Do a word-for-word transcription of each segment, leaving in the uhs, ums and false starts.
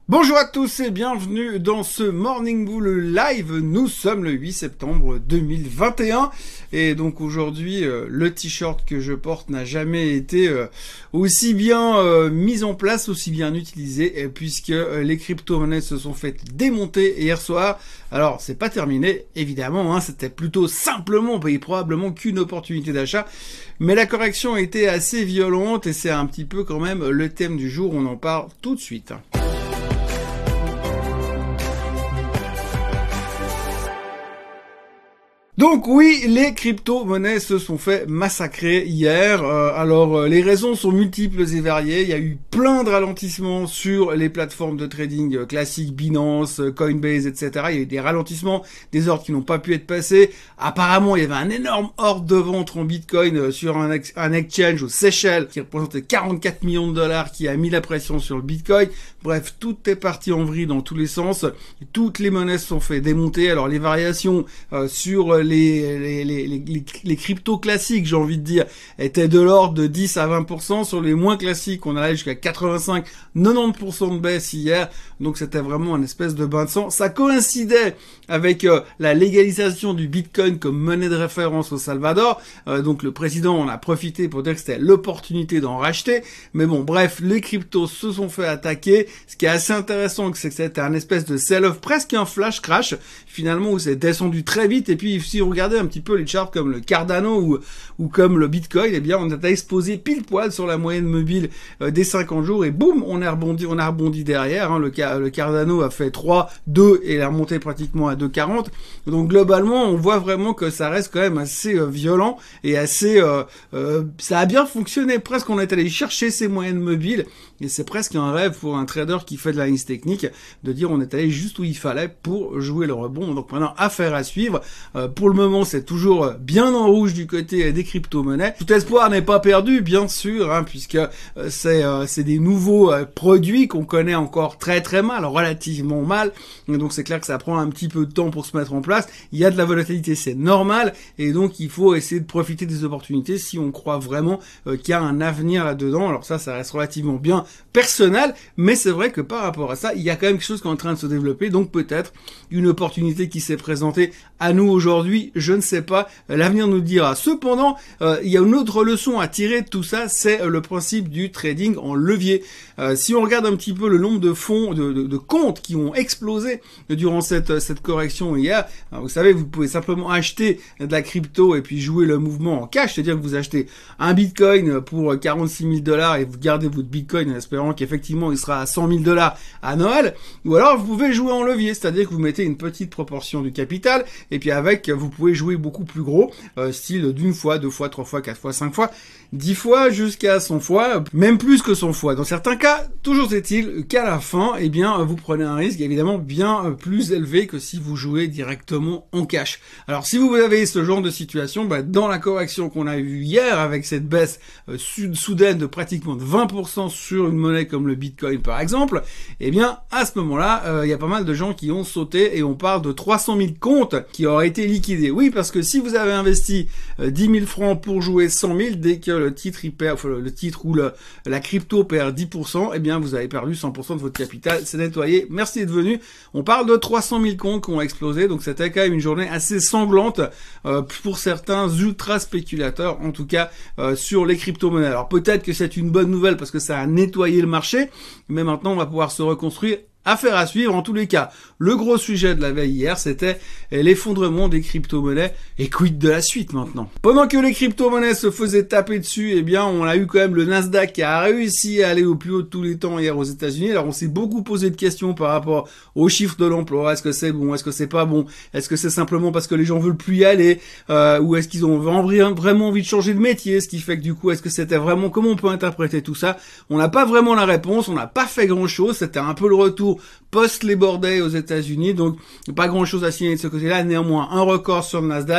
Bonjour à tous et bienvenue dans ce Morning Bull Live. Nous sommes le huit septembre deux mille vingt et un et donc aujourd'hui euh, le t-shirt que je porte n'a jamais été euh, aussi bien euh, mis en place, aussi bien utilisé et puisque euh, les crypto-monnaies se sont faites démonter hier soir. Alors c'est pas terminé évidemment, hein, c'était plutôt simplement et probablement qu'une opportunité d'achat, mais la correction a été assez violente et c'est un petit peu quand même le thème du jour, on en parle tout de suite. Donc oui, les crypto-monnaies se sont fait massacrer hier. Euh, alors euh, les raisons sont multiples et variées. Il y a eu plein de ralentissements sur les plateformes de trading euh, classiques, Binance, euh, Coinbase, et cetera. Il y a eu des ralentissements, des ordres qui n'ont pas pu être passés. Apparemment, il y avait un énorme ordre de vente en Bitcoin euh, sur un, ex- un exchange aux Seychelles qui représentait quarante-quatre millions de dollars, qui a mis la pression sur le Bitcoin. Bref, tout est parti en vrille dans tous les sens. Toutes les monnaies se sont fait démonter. Alors les variations euh, sur Les, les, les, les, les cryptos classiques, j'ai envie de dire, étaient de l'ordre de dix à vingt pour cent. Sur les moins classiques, on allait jusqu'à quatre-vingt-cinq à quatre-vingt-dix pour cent de baisse hier. Donc c'était vraiment un espèce de bain de sang. Ça coïncidait avec euh, la légalisation du Bitcoin comme monnaie de référence au Salvador. Euh, donc le président en a profité pour dire que c'était l'opportunité d'en racheter. Mais bon, bref, les cryptos se sont fait attaquer. Ce qui est assez intéressant, c'est que c'était un espèce de sell-off, presque un flash crash, finalement, où c'est descendu très vite. Et puis, si vous regardez un petit peu les charts comme le Cardano ou, ou comme le Bitcoin, eh bien, on était exposé pile poil sur la moyenne mobile euh, des cinquante jours et boum, on a rebondi, on a rebondi derrière. Hein. Le, le Cardano a fait trois, deux et il a remonté pratiquement à deux quarante. Donc, globalement, on voit vraiment que ça reste quand même assez euh, violent et assez, euh, euh, ça a bien fonctionné. Presque, on est allé chercher ces moyennes mobiles et c'est presque un rêve pour un trader qui fait de l'analyse technique de dire on est allé juste où il fallait pour jouer le rebond. Donc, maintenant, affaire à suivre. Euh, pour le moment, c'est toujours bien en rouge du côté des crypto-monnaies. Tout espoir n'est pas perdu, bien sûr, hein, puisque euh, c'est euh, c'est des nouveaux euh, produits qu'on connaît encore très très mal, relativement mal. Et donc c'est clair que ça prend un petit peu de temps pour se mettre en place. Il y a de la volatilité, c'est normal, et donc il faut essayer de profiter des opportunités si on croit vraiment euh, qu'il y a un avenir là-dedans. Alors ça, ça reste relativement bien personnel, mais c'est vrai que par rapport à ça, il y a quand même quelque chose qui est en train de se développer. Donc peut-être une opportunité qui s'est présentée à nous aujourd'hui, je ne sais pas, l'avenir nous le dira. Cependant, euh, il y a une autre leçon à tirer de tout ça, c'est euh, le principe du trading en levier. Euh, si on regarde un petit peu le nombre de fonds, de, de, de comptes qui ont explosé durant cette, cette correction hier, alors vous savez, vous pouvez simplement acheter de la crypto et puis jouer le mouvement en cash, c'est-à-dire que vous achetez un bitcoin pour quarante-six mille dollars et vous gardez votre bitcoin en espérant qu'effectivement il sera à cent mille dollars à Noël, ou alors vous pouvez jouer en levier, c'est-à-dire que vous mettez une petite proportion du capital et puis avec, vous pouvez jouer beaucoup plus gros, euh, style d'une fois, deux fois, trois fois, quatre fois, cinq fois, dix fois jusqu'à cent fois, même plus que cent fois. Dans certains cas, toujours est-il qu'à la fin, eh bien, vous prenez un risque évidemment bien plus élevé que si vous jouez directement en cash. Alors, si vous avez ce genre de situation, bah, dans la correction qu'on a vue hier avec cette baisse euh, soudaine de pratiquement de vingt pour cent sur une monnaie comme le Bitcoin par exemple, eh bien, à ce moment-là, il euh, y a pas mal de gens qui ont sauté et on parle de trois cent mille comptes qui auraient été liquidés. Oui, parce que si vous avez investi euh, dix mille francs pour jouer cent mille, dès que le titre il perd, enfin, le titre ou le, la crypto perd dix pour cent, eh bien vous avez perdu cent pour cent de votre capital, c'est nettoyé, merci d'être venu. On parle de trois cent mille comptes qui ont explosé, donc c'était quand même une journée assez sanglante euh, pour certains ultra spéculateurs, en tout cas euh, sur les crypto-monnaies. Alors peut-être que c'est une bonne nouvelle parce que ça a nettoyé le marché, mais maintenant on va pouvoir se reconstruire. Affaire à suivre en tous les cas. Le gros sujet de la veille hier, c'était l'effondrement des crypto-monnaies et quid de la suite maintenant. Pendant que les crypto-monnaies se faisaient taper dessus, eh bien, on a eu quand même le Nasdaq qui a réussi à aller au plus haut de tous les temps hier aux États-Unis. Alors, on s'est beaucoup posé de questions par rapport aux chiffres de l'emploi. Est-ce que c'est bon? Est-ce que c'est pas bon? Est-ce que c'est simplement parce que les gens veulent plus y aller? Euh, ou est-ce qu'ils ont vraiment envie de changer de métier? Ce qui fait que du coup, est-ce que c'était vraiment, comment on peut interpréter tout ça? On n'a pas vraiment la réponse. On n'a pas fait grand chose. C'était un peu le retour post-Labor Day aux États-Unis, donc pas grand-chose à signaler de ce côté-là. Néanmoins, un record sur le Nasdaq,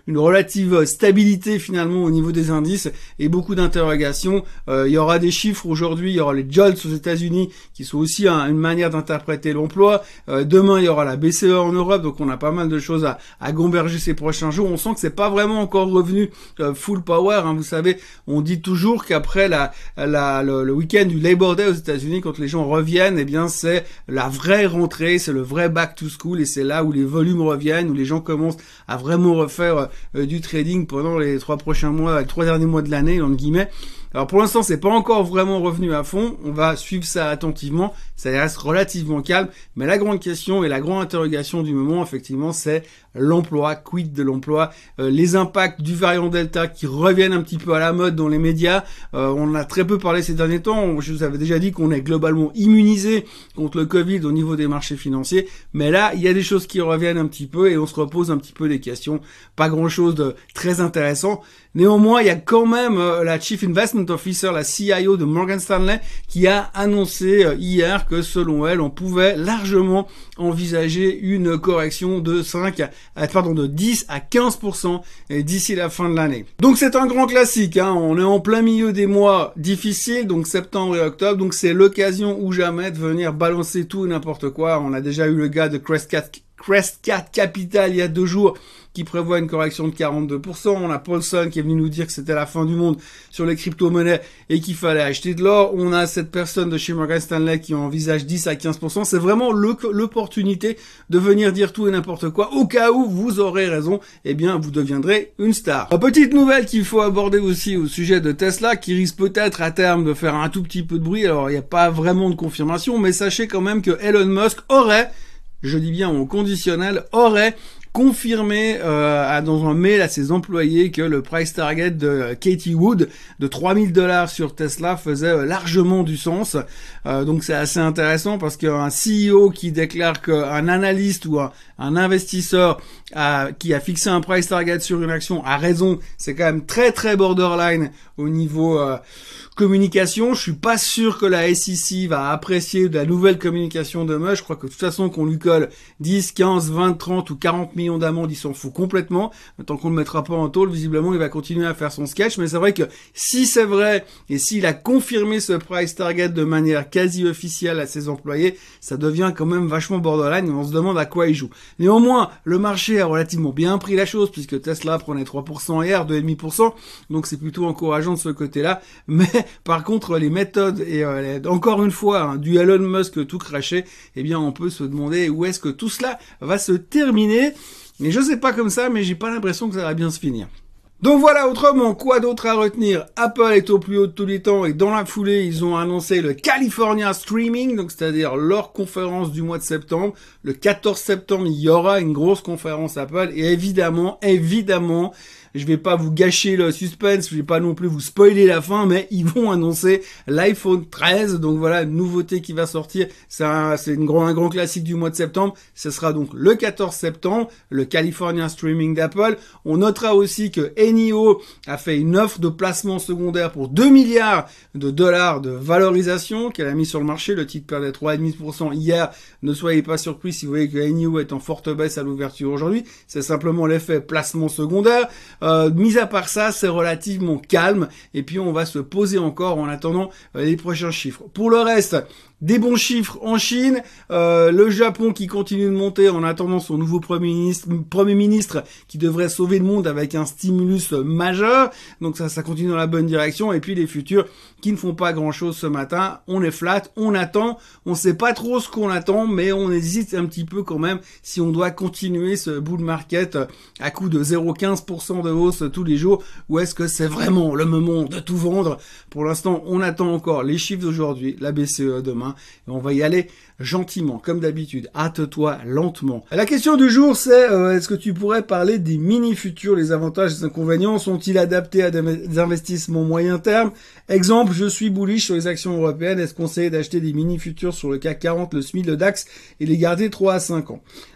une relative stabilité finalement au niveau des indices et beaucoup d'interrogations. Euh, il y aura des chiffres aujourd'hui, il y aura les jolts aux États-Unis qui sont aussi un, une manière d'interpréter l'emploi. Euh, demain il y aura la B C E en Europe, donc on a pas mal de choses à, à gomberger ces prochains jours. On sent que c'est pas vraiment encore revenu euh, full power. Hein. Vous savez, on dit toujours qu'après la, la le, le week-end du Labor Day aux États-Unis, quand les gens reviennent, eh bien c'est la vraie rentrée, c'est le vrai back to school et c'est là où les volumes reviennent, où les gens commencent à vraiment refaire euh, du trading pendant les trois prochains mois, les trois derniers mois de l'année, entre guillemets. Alors pour l'instant, c'est pas encore vraiment revenu à fond. On va suivre ça attentivement. Ça reste relativement calme. Mais la grande question et la grande interrogation du moment, effectivement, c'est l'emploi, quid de l'emploi, euh, les impacts du variant Delta qui reviennent un petit peu à la mode dans les médias. Euh, on en a très peu parlé ces derniers temps. Je vous avais déjà dit qu'on est globalement immunisé contre le Covid au niveau des marchés financiers. Mais là, il y a des choses qui reviennent un petit peu et on se repose un petit peu des questions. Pas grand chose de très intéressant. Néanmoins, il y a quand même euh, la Chief Investment Officer, la C I O de Morgan Stanley, qui a annoncé euh, hier que selon elle, on pouvait largement envisager une correction de cinq à, pardon, de dix à quinze pour cent d'ici la fin de l'année. Donc c'est un grand classique, hein. On est en plein milieu des mois difficiles, donc septembre et octobre, donc c'est l'occasion ou jamais de venir balancer tout et n'importe quoi. On a déjà eu le gars de Crescat Crescat Capital il y a deux jours qui prévoit une correction de quarante-deux pour cent. On a Paulson qui est venu nous dire que c'était la fin du monde sur les crypto-monnaies et qu'il fallait acheter de l'or. On a cette personne de chez Morgan Stanley qui envisage dix à quinze pour cent. C'est vraiment l'opportunité de venir dire tout et n'importe quoi. Au cas où vous aurez raison, eh bien, vous deviendrez une star. Une petite nouvelle qu'il faut aborder aussi au sujet de Tesla qui risque peut-être à terme de faire un tout petit peu de bruit. Alors, il n'y a pas vraiment de confirmation, mais sachez quand même que Elon Musk aurait, je dis bien au conditionnel, aurait confirmé euh, dans un mail à ses employés que le price target de Katie Wood de trois mille dollars sur Tesla faisait euh, largement du sens. Euh, donc c'est assez intéressant parce qu'un C E O qui déclare qu'un analyste ou un, un investisseur a, qui a fixé un price target sur une action a raison, c'est quand même très très borderline au niveau euh, communication. Je suis pas sûr que la S E C va apprécier de la nouvelle communication de Musk. Je crois que de toute façon qu'on lui colle dix, quinze, vingt, trente ou quarante millions d'amendes, il s'en fout complètement. Tant qu'on ne le mettra pas en tôle, visiblement, il va continuer à faire son sketch. Mais c'est vrai que si c'est vrai et s'il a confirmé ce price target de manière quasi officielle à ses employés, ça devient quand même vachement borderline et on se demande à quoi il joue. Néanmoins, le marché a relativement bien pris la chose puisque Tesla prenait trois pour cent hier, deux virgule cinq pour cent. Donc c'est plutôt encourageant de ce côté-là. Mais par contre, les méthodes et euh, les, encore une fois, hein, du Elon Musk tout craché, eh bien on peut se demander où est-ce que tout cela va se terminer. Mais je sais pas comme ça, mais j'ai pas l'impression que ça va bien se finir. Donc voilà, autrement, quoi d'autre à retenir? Apple est au plus haut de tous les temps et dans la foulée, ils ont annoncé le California Streaming, donc c'est-à-dire leur conférence du mois de septembre. Le quatorze septembre, il y aura une grosse conférence Apple et évidemment, évidemment, je vais pas vous gâcher le suspense, je vais pas non plus vous spoiler la fin, mais ils vont annoncer l'iPhone treize. Donc voilà, une nouveauté qui va sortir. C'est un, c'est une grand, un grand classique du mois de septembre. Ce sera donc le quatorze septembre, le California Streaming d'Apple. On notera aussi que N I O a fait une offre de placement secondaire pour deux milliards de dollars de valorisation qu'elle a mis sur le marché. Le titre perdait trois virgule cinq pour cent hier. Ne soyez pas surpris si vous voyez que N I O est en forte baisse à l'ouverture aujourd'hui. C'est simplement l'effet placement secondaire. Euh, mis à part ça, c'est relativement calme et puis on va se poser encore en attendant euh, les prochains chiffres. Pour le reste, des bons chiffres en Chine, euh, le Japon qui continue de monter en attendant son nouveau premier ministre, premier ministre qui devrait sauver le monde avec un stimulus majeur. Donc ça, ça continue dans la bonne direction. Et puis les futurs qui ne font pas grand chose ce matin. On est flat, on attend. On sait pas trop ce qu'on attend, mais on hésite un petit peu quand même si on doit continuer ce bull market à coup de zéro virgule quinze pour cent de hausse tous les jours ou est-ce que c'est vraiment le moment de tout vendre? Pour l'instant, on attend encore les chiffres d'aujourd'hui, la B C E demain. Et on va y aller gentiment, comme d'habitude. Hâte-toi lentement. La question du jour, c'est euh, est-ce que tu pourrais parler des mini-futurs? Les avantages et les inconvénients sont-ils adaptés à des investissements moyen terme? Exemple, je suis bullish sur les actions européennes. Est-ce conseillé d'acheter des mini-futurs sur le C A C quarante, le S M I, le DAX et les garder trois à cinq ans?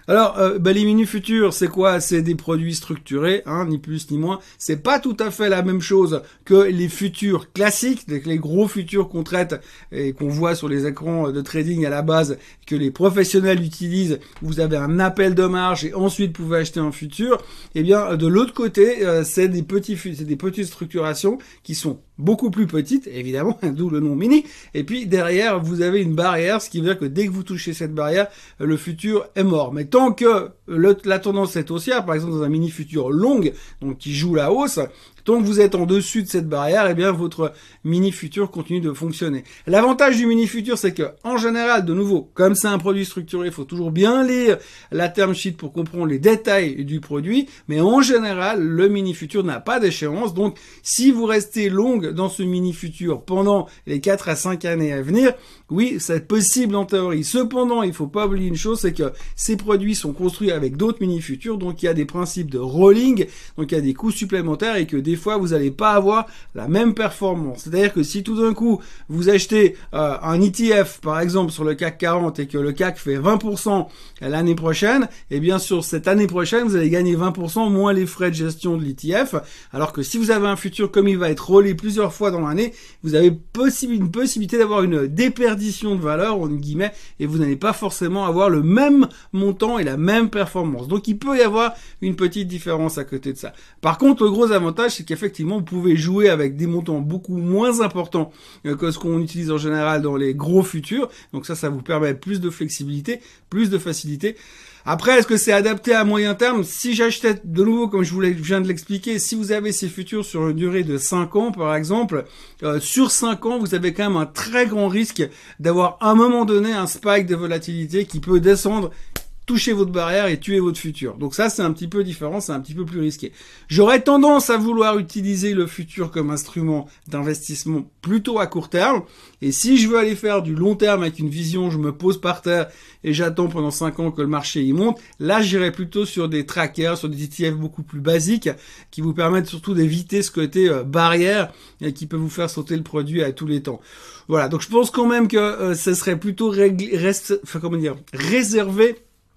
Alors, euh, bah, les mini futurs, c'est quoi? C'est des produits structurés, hein, ni plus ni moins. C'est pas tout à fait la même chose que les futurs classiques, les gros futurs qu'on traite et qu'on voit sur les écrans de trading à la base, que les professionnels utilisent. Vous avez un appel de marge et ensuite vous pouvez acheter un futur. Eh bien, de l'autre côté, euh, c'est des petits, c'est des petites structurations qui sont beaucoup plus petites, évidemment, d'où le nom mini. Et puis derrière, vous avez une barrière, ce qui veut dire que dès que vous touchez cette barrière, le futur est mort. Mais tant que le, la tendance est haussière, par exemple dans un mini futur long, donc qui joue la hausse, tant que vous êtes en dessus de cette barrière, eh bien votre mini futur continue de fonctionner. L'avantage du mini futur, c'est que en général, de nouveau, comme c'est un produit structuré, il faut toujours bien lire la term sheet pour comprendre les détails du produit. Mais en général, le mini futur n'a pas d'échéance. Donc, si vous restez long dans ce mini futur pendant les quatre à cinq années à venir, oui, c'est possible en théorie. Cependant, il faut pas oublier une chose, c'est que ces produits sont construits avec d'autres mini futurs, donc il y a des principes de rolling, donc il y a des coûts supplémentaires et que des fois vous n'allez pas avoir la même performance. C'est-à-dire que si tout d'un coup vous achetez euh, un E T F par exemple sur le C A C quarante et que le C A C fait vingt pour cent l'année prochaine, et bien sur cette année prochaine vous allez gagner vingt pour cent moins les frais de gestion de l'E T F. Alors que si vous avez un futur comme il va être rollé plusieurs fois dans l'année, vous avez possi- une possibilité d'avoir une déperdition de valeur, en guillemets, et vous n'allez pas forcément avoir le même montant et la même performance. Donc il peut y avoir une petite différence à côté de ça. Par contre, le gros avantage, c'est qu'effectivement, vous pouvez jouer avec des montants beaucoup moins importants que ce qu'on utilise en général dans les gros futurs. Donc ça, ça vous permet plus de flexibilité, plus de facilité. Après, est-ce que c'est adapté à moyen terme? Si j'achetais de nouveau, comme je vous viens de l'expliquer, si vous avez ces futurs sur une durée de cinq ans, par exemple, euh, sur cinq ans, vous avez quand même un très grand risque d'avoir à un moment donné un spike de volatilité qui peut descendre, toucher votre barrière et tuer votre futur. Donc ça, c'est un petit peu différent, c'est un petit peu plus risqué. J'aurais tendance à vouloir utiliser le futur comme instrument d'investissement plutôt à court terme. Et si je veux aller faire du long terme avec une vision, je me pose par terre et j'attends pendant cinq ans que le marché y monte, là, j'irai plutôt sur des trackers, sur des E T F beaucoup plus basiques qui vous permettent surtout d'éviter ce côté euh, barrière et qui peut vous faire sauter le produit à tous les temps. Voilà, donc je pense quand même que euh, ce serait plutôt régl- reste, enfin, comment dire, réservé.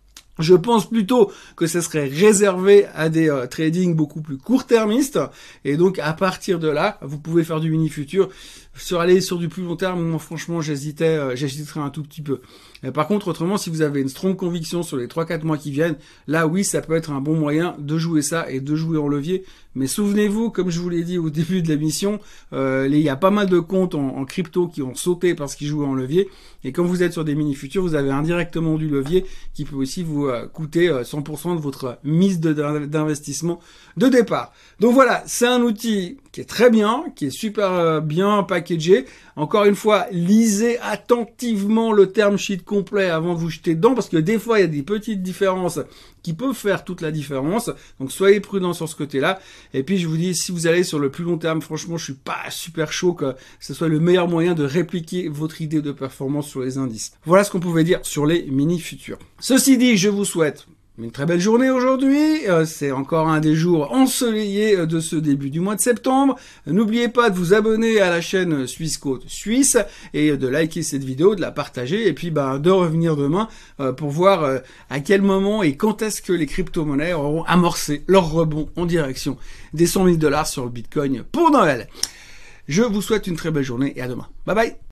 Je pense plutôt que ce serait réservé à des euh, trading beaucoup plus court-termistes. Et donc, à partir de là, vous pouvez faire du mini-futur. Sur aller sur du plus long terme, moi, franchement, j'hésitais, euh, j'hésiterais un tout petit peu. Et par contre, autrement, si vous avez une strong conviction sur les trois quatre mois qui viennent, là, oui, ça peut être un bon moyen de jouer ça et de jouer en levier. Mais souvenez-vous, comme je vous l'ai dit au début de l'émission, euh, il y a pas mal de comptes en, en crypto qui ont sauté parce qu'ils jouaient en levier. Et quand vous êtes sur des mini-futurs, vous avez indirectement du levier qui peut aussi vous euh, coûter euh, cent pour cent de votre mise de, d'investissement de départ. Donc voilà, c'est un outil qui est très bien, qui est super euh, bien packagé. Encore une fois, lisez attentivement le term sheet complet avant de vous jeter dedans, parce que des fois, il y a des petites différences qui peuvent faire toute la différence. Donc, soyez prudents sur ce côté-là. Et puis, je vous dis, si vous allez sur le plus long terme, franchement, je suis pas super chaud que ce soit le meilleur moyen de répliquer votre idée de performance sur les indices. Voilà ce qu'on pouvait dire sur les mini-futurs. Ceci dit, je vous souhaite une très belle journée aujourd'hui, euh, c'est encore un des jours ensoleillés de ce début du mois de septembre. N'oubliez pas de vous abonner à la chaîne Suisse Côte Suisse et de liker cette vidéo, de la partager et puis ben, de revenir demain euh, pour voir euh, à quel moment et quand est-ce que les crypto-monnaies auront amorcé leur rebond en direction des cent mille dollars sur le Bitcoin pour Noël. Je vous souhaite une très belle journée et à demain. Bye bye.